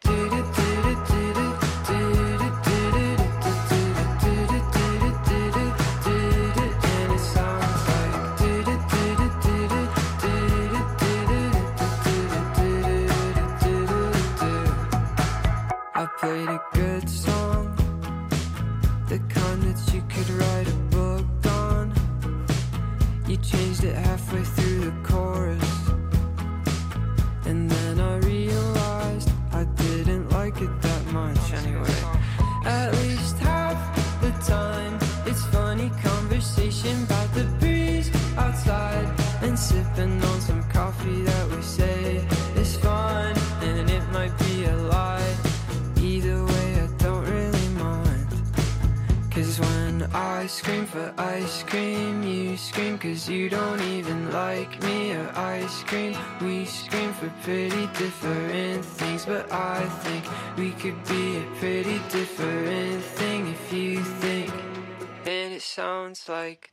I played a good song, the kind that you could write a book on. You changed it halfway through the chorus, and then I realized I didn't like it that much anyway. At least half the time it's funny conversation about the breeze outside and sipping on some coffee that we say is fine, and it might be a lie. Either way, I don't really mind. 'Cause when I scream for ice cream, you scream 'cause you don't even like me or ice cream. We scream for pretty different things, but I think we could be a pretty different thing if you think. And it sounds like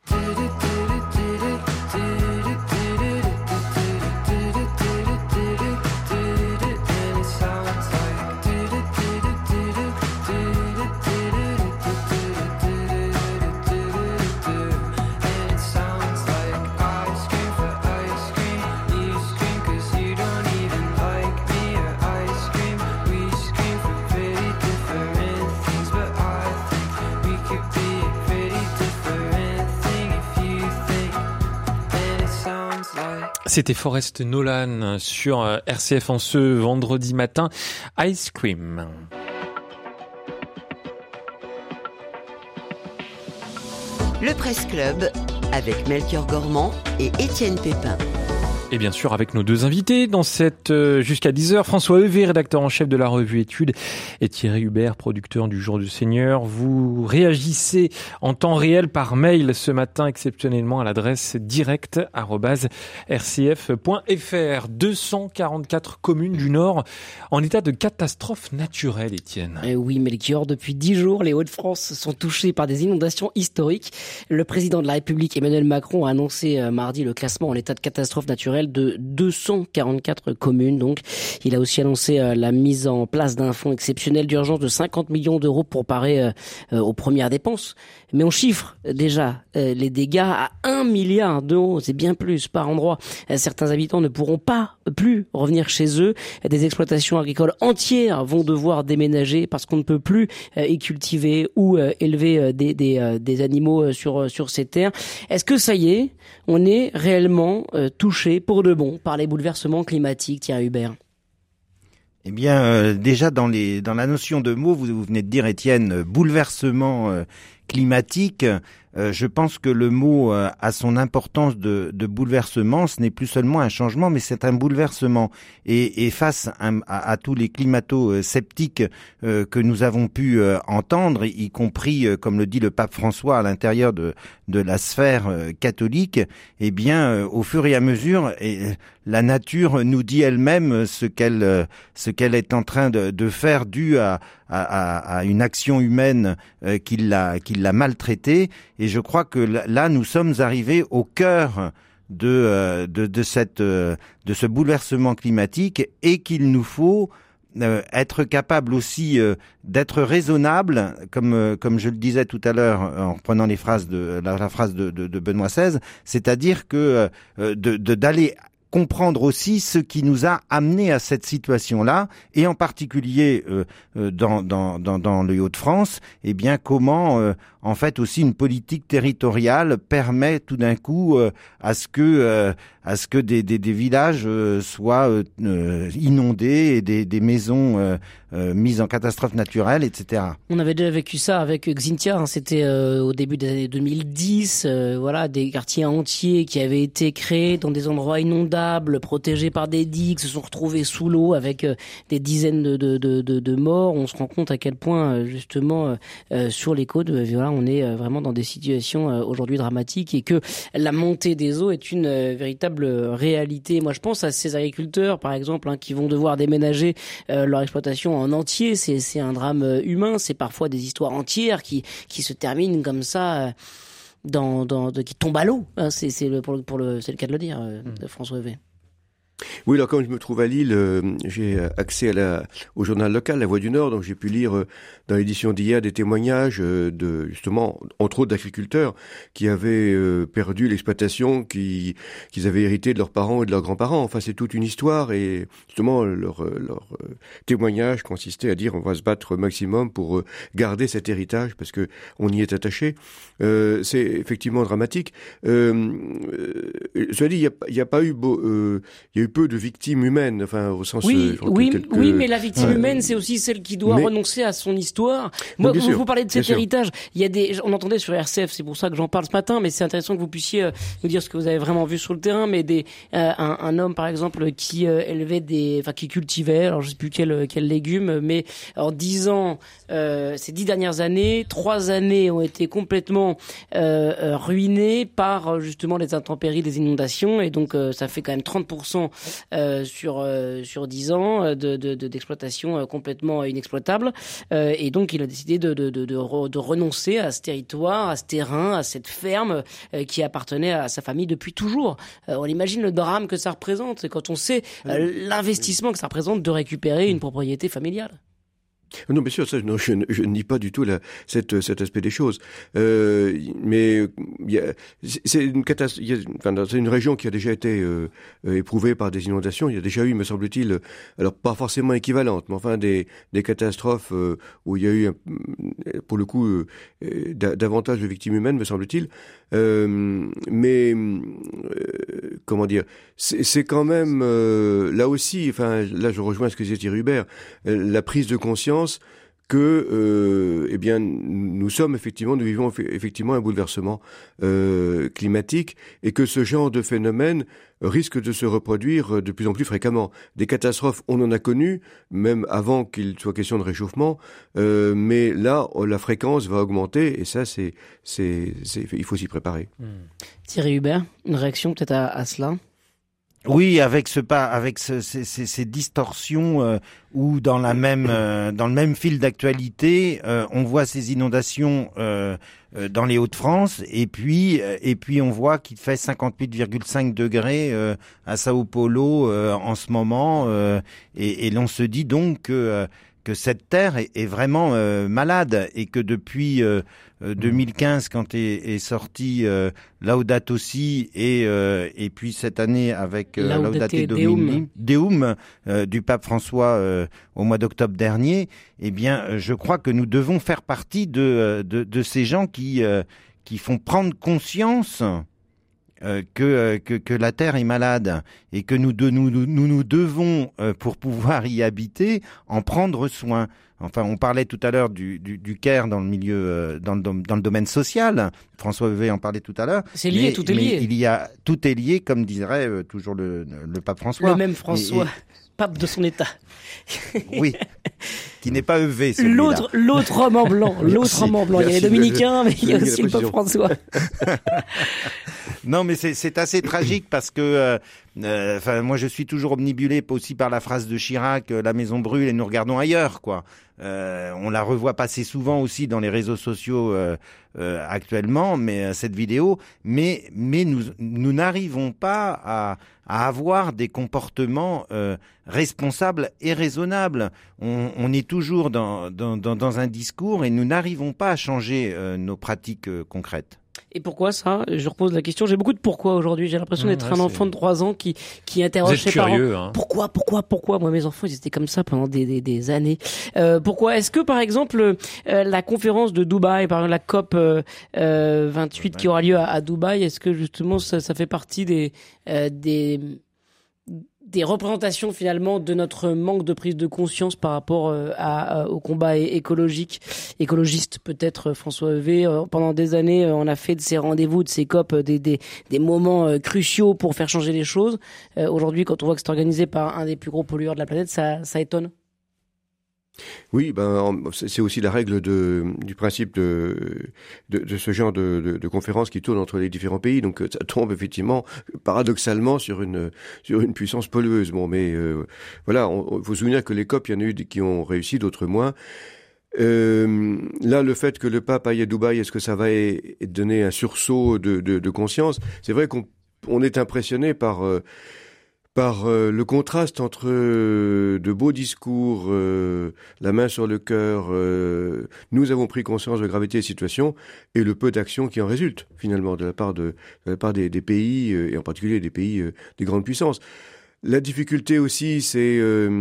C'était Forrest Nolan sur RCF en ce vendredi matin. Ice Cream. Le Presse Club avec Melchior Gormand et Étienne Pépin. Et bien sûr, avec nos deux invités dans cette jusqu'à 10h, François Heuvet, rédacteur en chef de la revue Études, et Thierry Hubert, producteur du Jour du Seigneur. Vous réagissez en temps réel par mail ce matin, exceptionnellement à l'adresse direct@rcf.fr. 244 communes du Nord en état de catastrophe naturelle, Étienne. Oui, Melchior, depuis 10 jours, les Hauts-de-France sont touchés par des inondations historiques. Le président de la République, Emmanuel Macron, a annoncé mardi le classement en état de catastrophe naturelle de 244 communes. Donc, il a aussi annoncé la mise en place d'un fonds exceptionnel d'urgence de 50 millions d'euros pour parer aux premières dépenses. Mais on chiffre déjà les dégâts à 1 milliard d'euros. C'est bien plus par endroit. Certains habitants ne pourront pas plus revenir chez eux. Des exploitations agricoles entières vont devoir déménager parce qu'on ne peut plus y cultiver ou élever des animaux sur ces terres. Est-ce que ça y est, on est réellement touché pour de bon par les bouleversements climatiques, Thierry Hubert? Eh bien, déjà dans la notion de mot, vous venez de dire, Étienne, bouleversement climatique. je pense que le mot a son importance de bouleversement. Ce n'est plus seulement un changement, mais c'est un bouleversement. Et face à tous les climato-sceptiques que nous avons pu entendre, y compris, comme le dit le pape François, à l'intérieur de la sphère catholique, eh bien, au fur et à mesure, la nature nous dit elle-même ce qu'elle est en train de faire dû à une action humaine qui l'a maltraitée. Et je crois que là, nous sommes arrivés au cœur de ce bouleversement climatique, et qu'il nous faut être capable aussi d'être raisonnable, comme je le disais tout à l'heure en reprenant la phrase de Benoît XVI, c'est-à-dire que d'aller comprendre aussi ce qui nous a amené à cette situation-là, et en particulier dans le Hauts-de-France, eh bien comment en fait aussi une politique territoriale permet tout d'un coup à ce que des villages soient inondés, et des maisons mises en catastrophe naturelle, etc. On avait déjà vécu ça avec Xynthia, hein, c'était au début des années 2010, voilà, des quartiers entiers qui avaient été créés dans des endroits inondables, protégés par des digues, se sont retrouvés sous l'eau avec des dizaines de morts. On se rend compte à quel point justement sur les côtes, voilà, on est vraiment dans des situations aujourd'hui dramatiques, et que la montée des eaux est une véritable réalité. Moi, je pense à ces agriculteurs, par exemple, hein, qui vont devoir déménager leur exploitation en entier. C'est un drame humain. C'est parfois des histoires entières qui se terminent comme ça, qui tombent à l'eau. Hein, c'est le cas de le dire, de François Heuvet. Oui, alors quand je me trouve à Lille, j'ai accès au journal local, La Voix du Nord, donc j'ai pu lire dans l'édition d'hier des témoignages de, justement, entre autres d'agriculteurs qui avaient perdu l'exploitation qu'ils avaient hérité de leurs parents et de leurs grands-parents. Enfin, c'est toute une histoire, et justement leur témoignage consistait à dire on va se battre au maximum pour garder cet héritage parce que on y est attaché. C'est effectivement dramatique. Cela dit, il y a pas eu il y a eu peu de victimes humaines, enfin au sens oui, mais la victime humaine, c'est aussi celle qui doit renoncer à son histoire. Moi, quand vous parlez de cet héritage, on entendait sur RCF, c'est pour ça que j'en parle ce matin, mais c'est intéressant que vous puissiez nous dire ce que vous avez vraiment vu sur le terrain. Mais un homme, par exemple, qui élevait qui cultivait, alors je sais plus quel légume, mais en 10 ans, ces 10 dernières années, 3 années ont été complètement ruinées par justement les intempéries, les inondations, et donc ça fait quand même 30% sur 10 ans d'exploitation complètement inexploitable, et donc il a décidé de renoncer à ce territoire, à ce terrain, à cette ferme qui appartenait à sa famille depuis toujours. On imagine le drame que ça représente, et quand on sait l'investissement que ça représente de récupérer une propriété familiale. Non, bien sûr, ça, non, je ne nie pas du tout cet aspect des choses. Mais c'est une catastrophe. C'est une région qui a déjà été éprouvée par des inondations. Il y a déjà eu, me semble-t-il, alors pas forcément équivalentes, mais enfin des catastrophes où il y a eu, pour le coup, davantage de victimes humaines, me semble-t-il. Mais comment dire, c'est quand même là aussi. Enfin, là, je rejoins ce que disait Thierry Hubert, la prise de conscience que eh bien nous vivons effectivement un bouleversement climatique, et que ce genre de phénomène risque de se reproduire de plus en plus fréquemment. Des catastrophes, on en a connu même avant qu'il soit question de réchauffement, mais là la fréquence va augmenter, et ça il faut s'y préparer. Thierry Hubert, une réaction peut-être à cela? Oui, avec ces distorsions où dans le même fil d'actualité, on voit ces inondations dans les Hauts-de-France, et puis on voit qu'il fait 58,5 degrés à Sao Paulo en ce moment, et l'on se dit donc que cette terre est vraiment malade, et que depuis 2015, quand est sorti Laudato Si, et puis cette année avec Laudate Domini Deum du pape François au mois d'octobre dernier, eh bien, je crois que nous devons faire partie de ces gens qui font prendre conscience que la Terre est malade et que nous devons, pour pouvoir y habiter, en prendre soin. Enfin, on parlait tout à l'heure du care dans le milieu, dans le domaine social. François Heuvet en parlait tout à l'heure. C'est lié, tout est lié. Tout est lié, comme dirait toujours le pape François. Le même François, pape de son état. Oui, qui n'est pas Heuvet, celui-là. L'autre homme en blanc. L'autre homme en blanc. Il y a les dominicains, mais il y a aussi le pape François. Non, mais c'est assez tragique parce que, moi, je suis toujours omnibulé aussi par la phrase de Chirac, la maison brûle et nous regardons ailleurs, quoi. On la revoit passer souvent aussi dans les réseaux sociaux actuellement, mais cette vidéo, mais nous n'arrivons pas à avoir des comportements responsables et raisonnables. On est toujours dans un discours et nous n'arrivons pas à changer nos pratiques concrètes. Et pourquoi ça? Je repose la question. J'ai beaucoup de pourquoi aujourd'hui. J'ai l'impression d'être un enfant de 3 ans qui interroge ses curieux, parents. Hein. Pourquoi? Moi, mes enfants, ils étaient comme ça pendant des années. Pourquoi? Est-ce que, par exemple, la conférence de Dubaï, par exemple, la COP 28 qui aura lieu à Dubaï, est-ce que justement ça fait partie des représentations finalement de notre manque de prise de conscience par rapport au combat écologiste peut-être, François Heuvet. Pendant des années, on a fait de ces rendez-vous, de ces COP, des moments cruciaux pour faire changer les choses. Aujourd'hui, quand on voit que c'est organisé par un des plus gros pollueurs de la planète, ça étonne. Oui, c'est aussi la règle du principe de ce genre de conférences qui tournent entre les différents pays. Donc ça tombe effectivement paradoxalement sur une puissance pollueuse. Bon, mais voilà, il faut se souvenir que les COP, il y en a eu qui ont réussi, d'autres moins. Là, le fait que le pape aille à Dubaï, est-ce que ça va donner un sursaut de conscience? C'est vrai qu'on est impressionné par le contraste entre de beaux discours, la main sur le cœur, nous avons pris conscience de la gravité des situations, et le peu d'action qui en résulte finalement de la part des pays, et en particulier des pays des grandes puissances. La difficulté aussi, c'est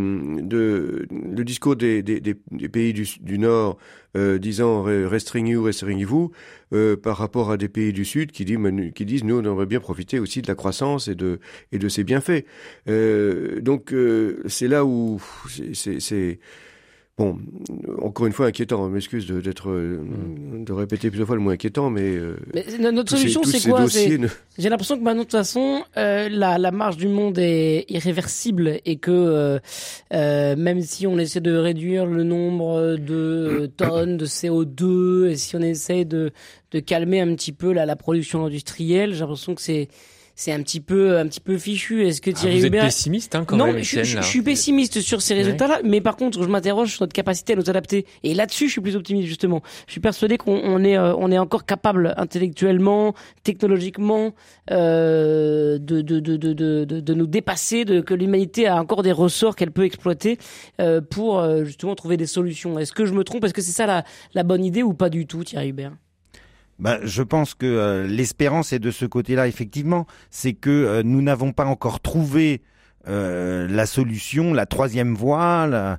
le discours des pays du Nord disant restreignez-vous par rapport à des pays du Sud qui disent nous on aimerait bien profiter aussi de la croissance et de ses bienfaits. Donc c'est là où c'est bon, encore une fois inquiétant. Je m'excuse de répéter plusieurs fois le mot inquiétant, mais notre solution, c'est quoi? J'ai l'impression que maintenant, de toute façon, la marche du monde est irréversible et que même si on essaie de réduire le nombre de tonnes de CO2 et si on essaie de calmer un petit peu la production industrielle, j'ai l'impression que c'est un petit peu fichu. Est-ce que Thierry vous Hubert... êtes pessimiste, hein, quand même. Non, je suis pessimiste sur ces résultats-là, mais par contre, je m'interroge sur notre capacité à nous adapter. Et là-dessus, je suis plus optimiste, justement. Je suis persuadé qu'on est encore capable, intellectuellement, technologiquement, de nous dépasser, que l'humanité a encore des ressorts qu'elle peut exploiter, pour, justement, trouver des solutions. Est-ce que je me trompe? Est-ce que c'est ça la bonne idée ou pas du tout, Thierry Hubert? Je pense que l'espérance est de ce côté-là, effectivement. C'est que nous n'avons pas encore trouvé la solution, la troisième voie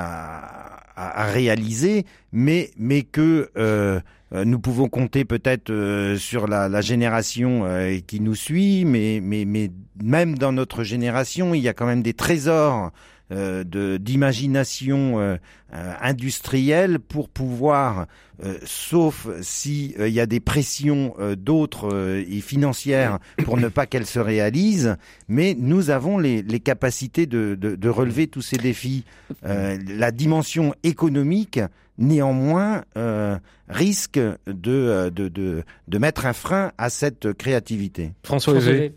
à réaliser, mais que nous pouvons compter peut-être sur la génération qui nous suit, mais même dans notre génération, il y a quand même des trésors d'imagination industrielle pour pouvoir, sauf si il y a des pressions d'autres et financières pour ne pas qu'elles se réalisent, mais nous avons les capacités de relever tous ces défis. La dimension économique, néanmoins, risque de mettre un frein à cette créativité. François Heuvet.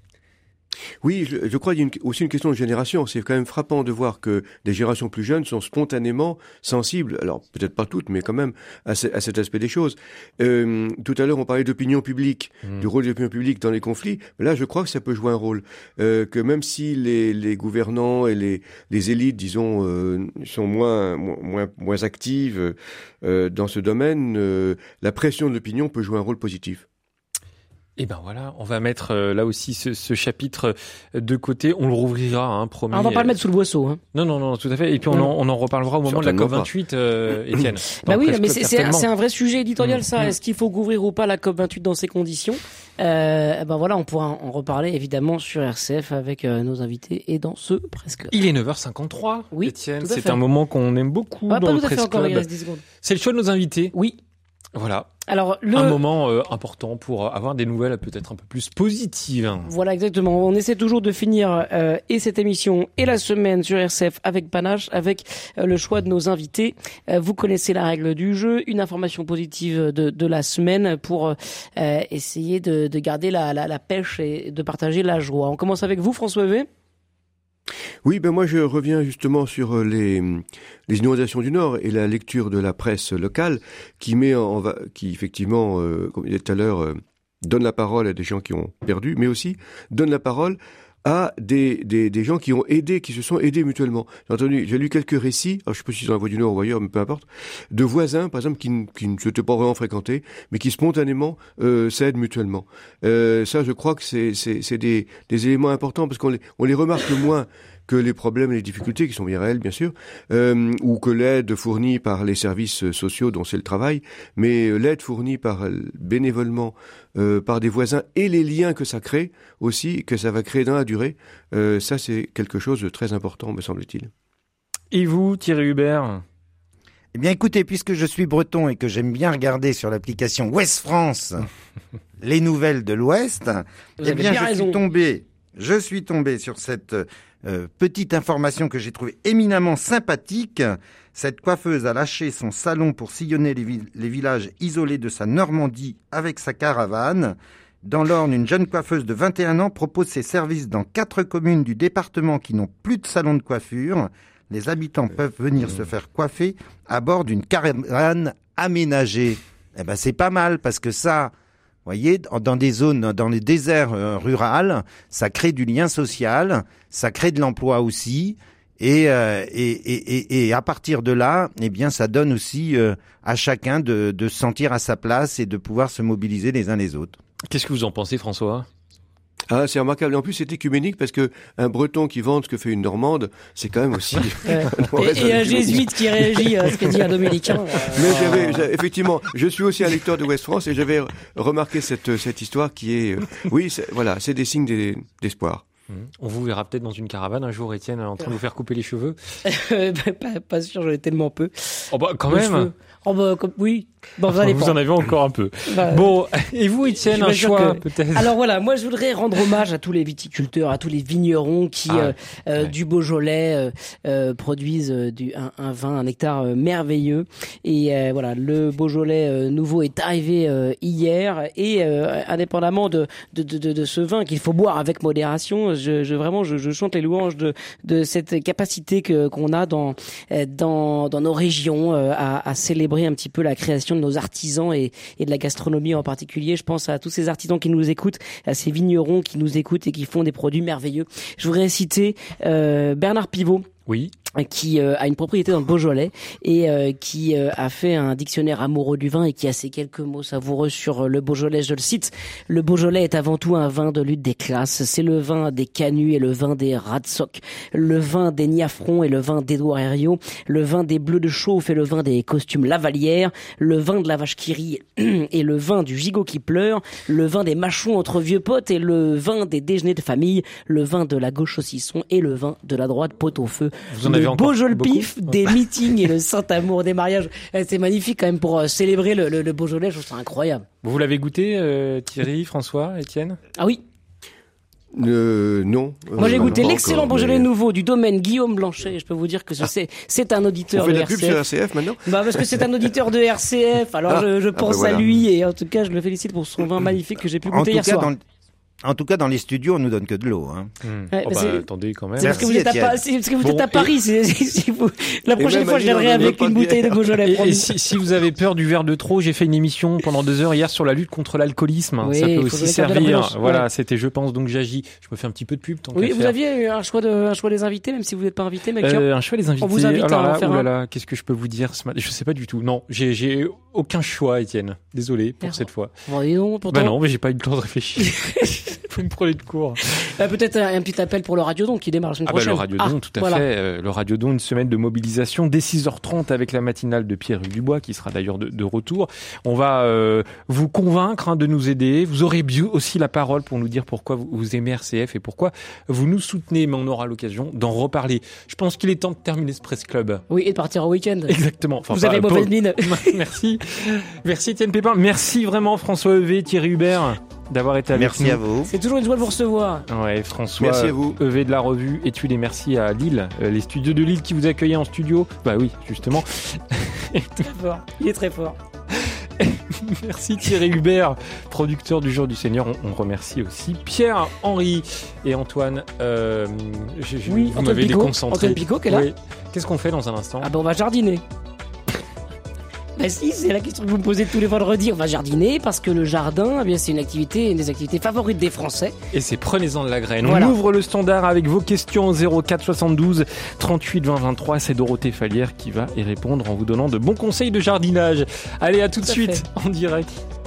Oui, je crois qu'il y a aussi une question de génération. C'est quand même frappant de voir que des générations plus jeunes sont spontanément sensibles, alors peut-être pas toutes, mais quand même à cet aspect des choses. Tout à l'heure, on parlait d'opinion publique, du rôle de l'opinion publique dans les conflits. Mais là, je crois que ça peut jouer un rôle. Que même si les gouvernants et les élites, disons, sont moins actives dans ce domaine, la pression de l'opinion peut jouer un rôle positif. Et ben voilà, on va mettre là aussi ce chapitre de côté. On le rouvrira, promis. On va pas le mettre sous le boisseau. Hein. Non, tout à fait. Et puis on en reparlera au moment de la COP28, Étienne. Bah oui, mais c'est un vrai sujet éditorial, ça. Est-ce qu'il faut couvrir ou pas la COP28 dans ces conditions? Ben voilà, on pourra en reparler évidemment sur RCF avec nos invités et dans ce Presse Club. Il est 9h53, oui, Étienne. C'est un moment qu'on aime beaucoup dans le Presse Club. Il reste 10 secondes. C'est le choix de nos invités. Oui. Voilà. Alors, un moment important pour avoir des nouvelles peut-être un peu plus positives. Voilà, exactement. On essaie toujours de finir et cette émission et la semaine sur RCF avec panache, avec le choix de nos invités. Vous connaissez la règle du jeu, une information positive de la semaine pour essayer de garder la pêche et de partager la joie. On commence avec vous, François Heuvet. Oui, moi je reviens justement sur les inondations du Nord et la lecture de la presse locale qui effectivement, comme il disait tout à l'heure, donne la parole à des gens qui ont perdu, mais aussi donne la parole à des gens qui ont aidé, qui se sont aidés mutuellement. J'ai lu quelques récits, alors je sais pas si c'est dans la Voix du Nord ou ailleurs, mais peu importe, de voisins, par exemple, qui ne s'étaient pas vraiment fréquentés, mais qui spontanément s'aident mutuellement. Ça, je crois que c'est des éléments importants, parce qu'on les remarque moins que les problèmes et les difficultés, qui sont bien réels, bien sûr, ou que l'aide fournie par les services sociaux dont c'est le travail, mais l'aide fournie bénévolement par des voisins et les liens que ça crée aussi, que ça va créer dans la durée, ça c'est quelque chose de très important, me semble-t-il. Et vous, Thierry Hubert ? Eh bien écoutez, puisque je suis breton et que j'aime bien regarder sur l'application Ouest France les nouvelles de l'Ouest, eh bien je suis tombé sur cette petite information que j'ai trouvée éminemment sympathique. Cette coiffeuse a lâché son salon pour sillonner les villages isolés de sa Normandie avec sa caravane. Dans l'Orne, une jeune coiffeuse de 21 ans propose ses services dans 4 communes du département qui n'ont plus de salon de coiffure. Les habitants peuvent venir se faire coiffer à bord d'une caravane aménagée. Eh ben, c'est pas mal parce que ça, vous voyez, dans des zones, dans les déserts ruraux, ça crée du lien social, ça crée de l'emploi aussi, et à partir de là, eh bien, ça donne aussi à chacun de se sentir à sa place et de pouvoir se mobiliser les uns les autres. Qu'est-ce que vous en pensez, François ? Ah, c'est remarquable. Et en plus, c'est écuménique parce que un Breton qui vante ce que fait une Normande, c'est quand même aussi. et un jésuite qui réagit à ce que dit un dominicain. Mais effectivement, je suis aussi un lecteur de Ouest France et j'avais remarqué cette histoire qui est, c'est des signes d'espoir. On vous verra peut-être dans une caravane un jour, Étienne, en train de vous faire couper les cheveux. Pas sûr, j'en ai tellement peu. Oh bah quand même. Oui. Bon, vous en avez encore un peu. Bon, et vous, Étienne, un choix peut-être. Alors voilà, moi je voudrais rendre hommage à tous les viticulteurs, à tous les vignerons qui du Beaujolais produisent un vin, un nectar merveilleux. Et voilà, le Beaujolais nouveau est arrivé hier et indépendamment de ce vin qu'il faut boire avec modération, je chante les louanges de cette capacité qu'on a dans nos régions à célébrer un petit peu la création de nos artisans et de la gastronomie en particulier. Je pense à tous ces artisans qui nous écoutent, à ces vignerons qui nous écoutent et qui font des produits merveilleux. Je voudrais citer Bernard Pivot. Oui. Qui a une propriété dans le Beaujolais et qui a fait un dictionnaire amoureux du vin et qui a ces quelques mots savoureux sur le Beaujolais. Je le cite: le Beaujolais est avant tout un vin de lutte des classes. C'est le vin des canuts et le vin des Radsock, le vin des Niafrons et le vin d'Édouard Herriot, le vin des Bleus de Chauffe et le vin des costumes Lavalière, le vin de la vache qui rit et le vin du gigot qui pleure, le vin des mâchons entre vieux potes et le vin des déjeuners de famille, le vin de la gauche saucisson et le vin de la droite pot au feu. Le Beaujolais pif des meetings et le Saint-Amour des mariages. C'est magnifique quand même pour célébrer le Beaujolais, je trouve ça incroyable. Vous l'avez goûté, Thierry, François, Étienne ? Ah oui. Non. Moi j'ai goûté l'excellent Beaujolais nouveau du domaine Guillaume Blanchet. Je peux vous dire que c'est un auditeur de RCF. On fait de la pub sur RCF maintenant ? Parce que c'est un auditeur de RCF. Alors je pense à lui et en tout cas je le félicite pour son vin magnifique que j'ai pu goûter hier soir. En tout cas, dans les studios, on nous donne que de l'eau. Hein. Ouais, Oh, bah, c'est- attendez quand même. C'est parce que vous Merci, êtes à, Étienne. c'est parce que vous êtes Bon, à Paris. Si vous... La prochaine même fois, à je Lille, on viendrai ne avec veut pas une de bouteille de bière. Beaujolais. Et promis. si vous avez peur du verre de trop, j'ai fait une émission pendant 2 heures hier sur la lutte contre l'alcoolisme. Oui, Ça peut il faut aussi donner carte de la servir. prudence. Voilà, Ouais. c'était Je pense donc j'agis. Je me fais un petit peu de pub tant Oui, qu'à vous faire. aviez eu un choix des invités, même si vous n'êtes pas invité, Melchior. Un choix des invités. On vous invite Alors à en là, faire oh là un. là, qu'est-ce que je peux vous dire ce matin ? Je sais pas du tout. Non, j'ai aucun choix, Étienne. Désolé pour Merde. cette fois. Bon, dis donc, pourtant, Bah non, mais j'ai pas eu le temps de réfléchir. Vous me prenez de court. peut-être un petit appel pour le Radiodon qui démarre la semaine Ah bah prochaine. le Radiodon, tout à voilà. fait. Le Radiodon, une semaine de mobilisation dès 6h30 avec la matinale de Pierre-Hugues Dubois qui sera d'ailleurs de retour. On va vous convaincre de nous aider. Vous aurez aussi la parole pour nous dire pourquoi vous aimez RCF et pourquoi vous nous soutenez. Mais on aura l'occasion d'en reparler. Je pense qu'il est temps de terminer ce Presse Club. Oui, et de partir au week-end. Exactement. Enfin, Vous pas- avez pas- mauvaise mine. Merci. Merci Étienne Pépin. Merci vraiment François Evé, Thierry Hubert d'avoir été avec nous. Merci à vous. C'est toujours une joie de vous recevoir. Ouais, François Merci à vous. Evé de la revue Études et merci à Lille, les studios de Lille qui vous accueillaient en studio. Bah oui, justement. Très fort. Il est très fort. Merci Thierry Hubert, producteur du Jour du Seigneur. On remercie aussi Pierre-Henri et Antoine. Oui, vous Antoine m'avez Picot. déconcentré. Antoine Picot qui est là. Oui. Qu'est-ce qu'on fait dans un instant? Ah ben on va jardiner. Bah si, c'est la question que vous me posez tous les vendredis. On va jardiner parce que le jardin, eh bien, c'est une des activités favorites des Français. Et c'est prenez-en de la graine. Voilà. On ouvre le standard avec vos questions au 04 72 38 20 23. C'est Dorothée Fallière qui va y répondre en vous donnant de bons conseils de jardinage. Allez, à tout de Tout à suite fait. en direct.